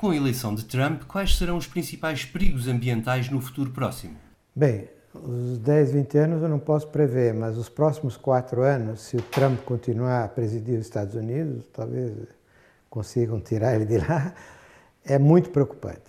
Com a eleição de Trump, quais serão os principais perigos ambientais no futuro próximo? Bem, os 10, 20 anos eu não posso prever, mas os próximos 4 anos, se o Trump continuar a presidir os Estados Unidos, talvez consigam tirar ele de lá, é muito preocupante,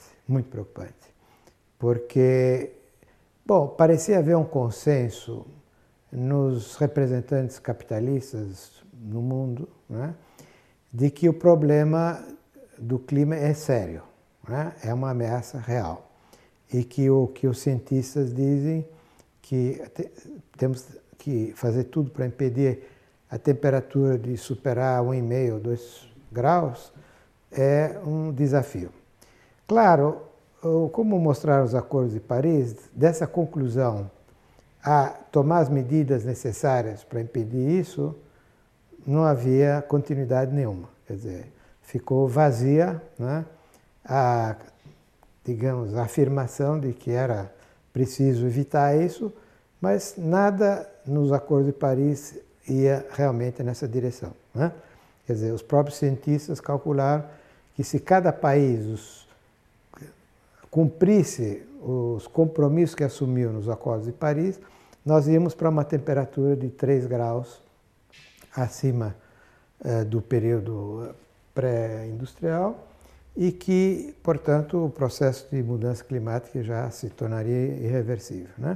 porque, bom, parecia haver um consenso nos representantes capitalistas no mundo, né, de que o problema do clima é sério, né, é uma ameaça real. E que os cientistas dizem que temos que fazer tudo para impedir a temperatura de superar 1,5 ou 2 graus é um desafio. Claro, como mostraram os acordos de Paris, dessa conclusão a tomar as medidas necessárias para impedir isso, não havia continuidade nenhuma. Quer dizer, ficou vazia, né, a afirmação de que era preciso evitar isso, mas nada nos Acordos de Paris ia realmente nessa direção, né? Quer dizer, os próprios cientistas calcularam que se cada país cumprisse os compromissos que assumiu nos Acordos de Paris, nós íamos para uma temperatura de 3 graus acima do período pré-industrial, e que, portanto, o processo de mudança climática já se tornaria irreversível, né?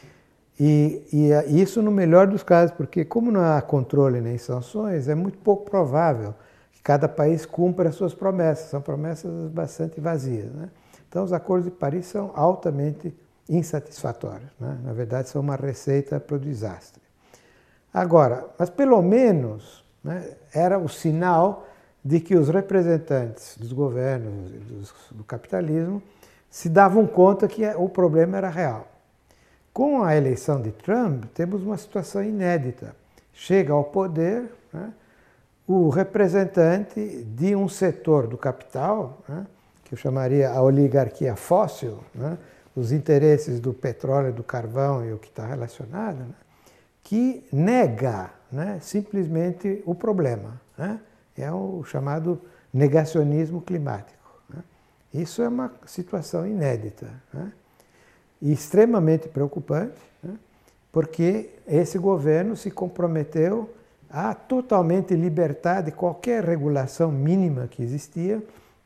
E isso no melhor dos casos, porque como não há controle nem sanções, é muito pouco provável que cada país cumpra as suas promessas, são promessas bastante vazias, né? Então os acordos de Paris são altamente insatisfatórios, né? Na verdade são uma receita para o desastre. Agora, mas pelo menos, né, era o sinal de que os representantes dos governos do capitalismo se davam conta que o problema era real. Com a eleição de Trump, temos uma situação inédita. Chega ao poder, né, o representante de um setor do capital, né, que eu chamaria a oligarquia fóssil, né, os interesses do petróleo, do carvão e o que está relacionado, né, que nega, né, simplesmente o problema, né? É o chamado negacionismo climático, né? Isso é uma situação inédita, né, e extremamente preocupante, né, porque esse governo se comprometeu a totalmente libertar de qualquer regulação mínima que existia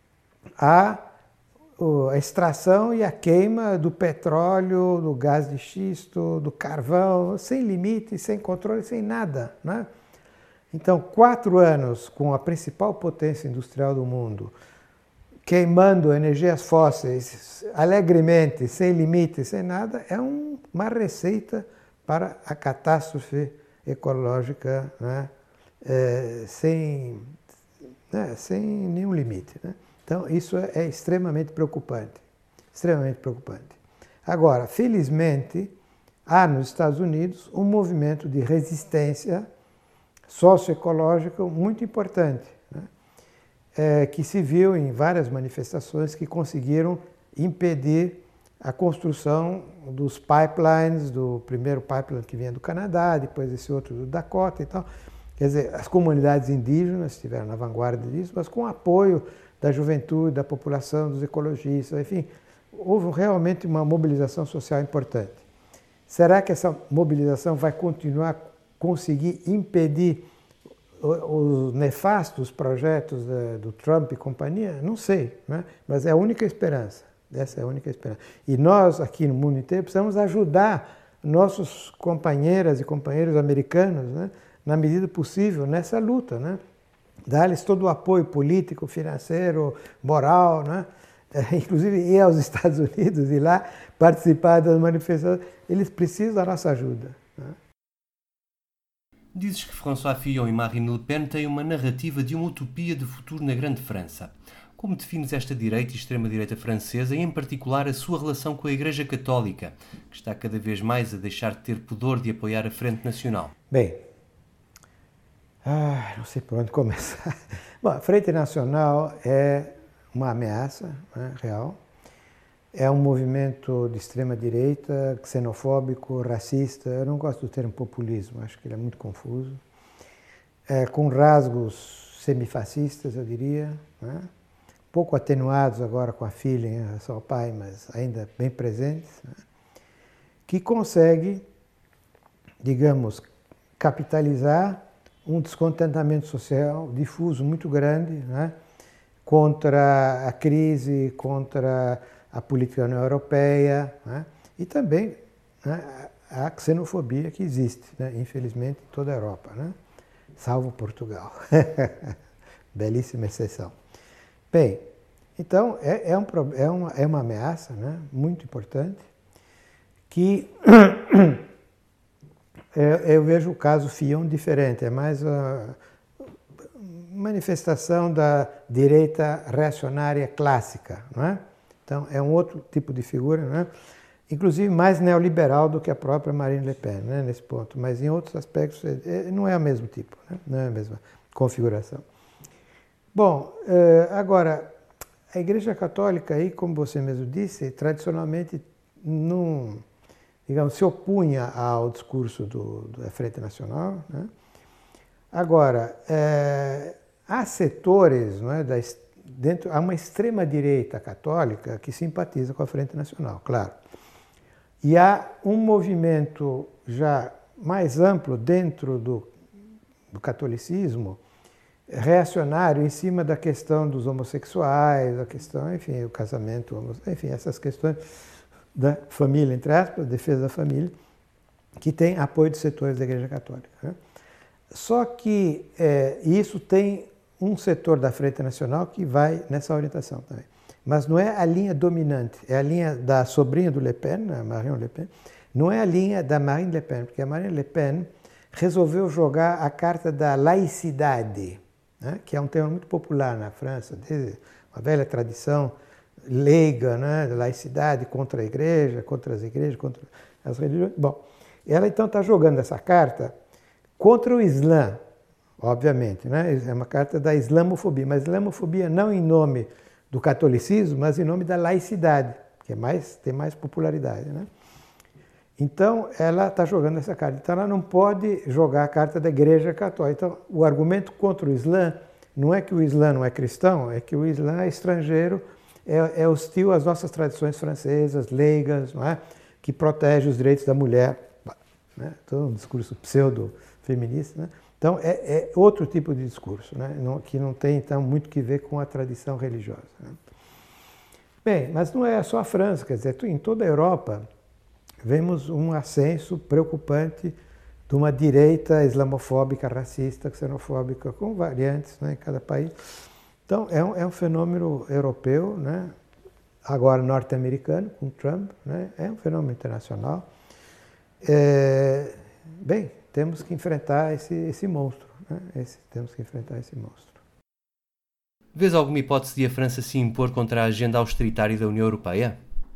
a extração e a queima do petróleo, do gás de xisto, do carvão, sem limite, sem controle, sem nada, né? Então, 4 anos com a principal potência industrial do mundo, queimando energias fósseis alegremente, sem limite, sem nada, é uma receita para a catástrofe ecológica, né, sem nenhum limite, né? Então, isso é extremamente preocupante, extremamente preocupante. Agora, felizmente, há nos Estados Unidos um movimento de resistência socioecológico muito importante, né? Que se viu em várias manifestações que conseguiram impedir a construção dos pipelines, do primeiro pipeline que vinha do Canadá, depois esse outro do Dakota e tal. Quer dizer, as comunidades indígenas estiveram na vanguarda disso, mas com o apoio da juventude, da população, dos ecologistas, enfim, houve realmente uma mobilização social importante. Será que essa mobilização vai continuar conseguir impedir os nefastos projetos do Trump e companhia? Não sei, né? Mas é a única esperança. Essa é a única esperança. E nós, aqui no mundo inteiro, precisamos ajudar nossos companheiras e companheiros americanos, né, na medida possível, nessa luta, né? Dar-lhes todo o apoio político, financeiro, moral, né? Inclusive ir aos Estados Unidos e lá participar das manifestações. Eles precisam da nossa ajuda, né? Dizes que François Fillon e Marine Le Pen têm uma narrativa de uma utopia de futuro na Grande França. Como defines esta direita e extrema-direita francesa e, em particular, a sua relação com a Igreja Católica, que está cada vez mais a deixar de ter pudor de apoiar a Frente Nacional? Bem, não sei por onde começar. Bom, a Frente Nacional é uma ameaça, né, real. É um movimento de extrema-direita, xenofóbico, racista. Eu não gosto do termo populismo, acho que ele é muito confuso. Com rasgos semifascistas, eu diria, né? pouco atenuados agora com a filha em relação ao pai, mas ainda bem presentes, né? Que consegue, digamos, capitalizar um descontentamento social difuso muito grande, né? Contra a crise, contra a política da União Europeia, né? E também, né, a xenofobia que existe, né? Infelizmente, em toda a Europa, né? Salvo Portugal. Belíssima exceção. Bem, então é uma ameaça, né? Muito importante, que eu vejo o caso Fillon diferente, é mais a manifestação da direita reacionária clássica, não é? Então é um outro tipo de figura, não é? Inclusive mais neoliberal do que a própria Marine Le Pen, né, nesse ponto, mas em outros aspectos não é o mesmo tipo, né? Não é a mesma configuração. Bom, agora, a Igreja Católica, aí, como você mesmo disse, tradicionalmente não, digamos, se opunha ao discurso da Frente Nacional, né? Agora, há setores, não é, há uma extrema-direita católica que simpatiza com a Frente Nacional, claro. E há um movimento já mais amplo dentro do catolicismo, reacionário em cima da questão dos homossexuais, a questão, enfim, o casamento, enfim, essas questões da família, entre aspas, defesa da família, que tem apoio de setores da Igreja Católica, né? Só que isso tem um setor da Frente Nacional que vai nessa orientação também. Mas não é a linha dominante, é a linha da sobrinha do Le Pen, a Marine Le Pen, não é a linha da Marine Le Pen, porque a Marine Le Pen resolveu jogar a carta da laicidade, né, que é um tema muito popular na França, desde uma velha tradição leiga, né, da laicidade contra a igreja, contra as igrejas, contra as religiões. Bom, ela então está jogando essa carta contra o Islã, obviamente, né? É uma carta da islamofobia, mas islamofobia não em nome do catolicismo, mas em nome da laicidade, que tem mais popularidade, né? Então, ela está jogando essa carta. Então, ela não pode jogar a carta da Igreja Católica. Então, o argumento contra o Islã não é que o Islã não é cristão, é que o Islã é estrangeiro, é hostil às nossas tradições francesas, leigas, não é? Que protege os direitos da mulher, né? Todo um discurso pseudo-feminista, né? Então, é outro tipo de discurso, né? Que não tem, então, muito que ver com a tradição religiosa, né? Bem, mas não é só a França, quer dizer, em toda a Europa, vemos um ascenso preocupante de uma direita islamofóbica, racista, xenofóbica, com variantes, né, em cada país. Então, é um fenômeno europeu, né, agora norte-americano, com Trump, né, é um fenômeno internacional. Bem, temos que enfrentar esse monstro, né, temos que enfrentar esse monstro. Vês alguma hipótese de a França se impor contra a agenda austeritária da União Europeia?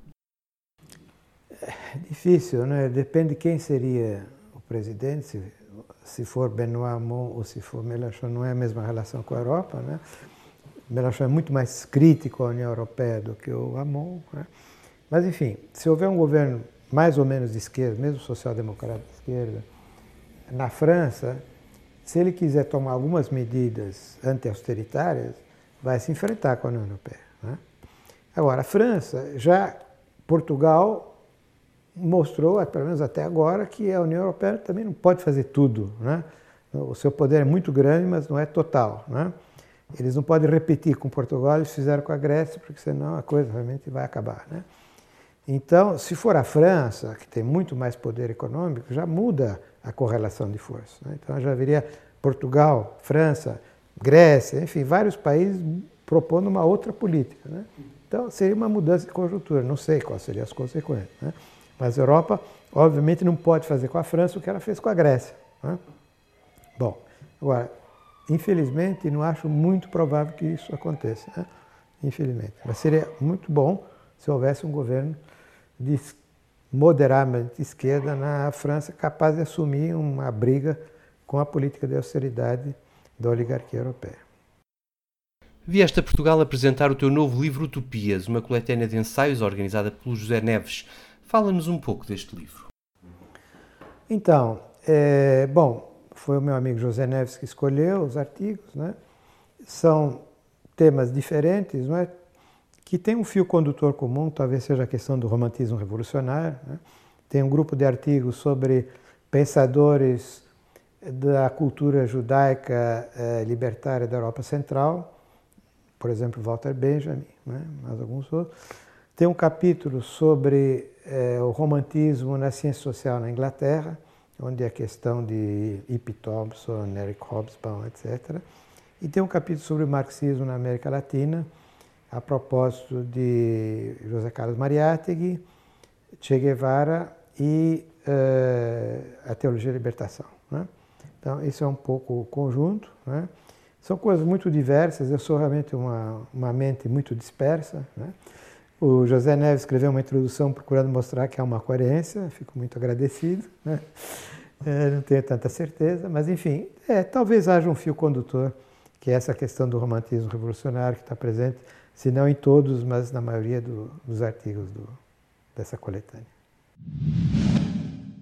É difícil, né? Depende de quem seria o presidente, se for Benoît Hamon ou se for Mélenchon, não é a mesma relação com a Europa, né? Mélenchon é muito mais crítico à União Europeia do que o Hamon, né? Mas, enfim, se houver um governo mais ou menos de esquerda, mesmo social-democrata de esquerda, na França, se ele quiser tomar algumas medidas anti-austeritárias, vai se enfrentar com a União Europeia, né? Agora, a França, já Portugal mostrou, pelo menos até agora, que a União Europeia também não pode fazer tudo, né? O seu poder é muito grande, mas não é total, né? Eles não podem repetir com Portugal, eles fizeram com a Grécia, porque senão a coisa realmente vai acabar, né? Então, se for a França, que tem muito mais poder econômico, já muda a correlação de força, né? Então já viria Portugal, França, Grécia, enfim, vários países propondo uma outra política, né? Então seria uma mudança de conjuntura, não sei quais seriam as consequências, né? Mas a Europa, obviamente, não pode fazer com a França o que ela fez com a Grécia, né? Bom, agora, infelizmente, não acho muito provável que isso aconteça, né? Infelizmente. Mas seria muito bom se houvesse um governo moderadamente de esquerda na França capaz de assumir uma briga com a política de austeridade da oligarquia europeia. Vieste a Portugal apresentar o teu novo livro Utopias, uma coletânea de ensaios organizada pelo José Neves. Fala-nos um pouco deste livro. Então, bom, foi o meu amigo José Neves que escolheu os artigos, né? São temas diferentes, não é? Que tem um fio condutor comum, talvez seja a questão do romantismo revolucionário, né? Tem um grupo de artigos sobre pensadores da cultura judaica libertária da Europa Central, por exemplo, Walter Benjamin, né? Mais alguns outros. Tem um capítulo sobre o romantismo na ciência social na Inglaterra, onde é a questão de E.P. Thompson, Eric Hobsbawm, etc. E tem um capítulo sobre o marxismo na América Latina, a propósito de José Carlos Mariátegui, Che Guevara e a teologia da libertação, né? Então, isso é um pouco o conjunto, né? São coisas muito diversas, eu sou realmente uma mente muito dispersa, né? O José Neves escreveu uma introdução procurando mostrar que há uma coerência, fico muito agradecido, né? Não tenho tanta certeza, mas enfim, talvez haja um fio condutor, que é essa questão do romantismo revolucionário que está presente, se não em todos, mas na maioria dos artigos dessa coletânea.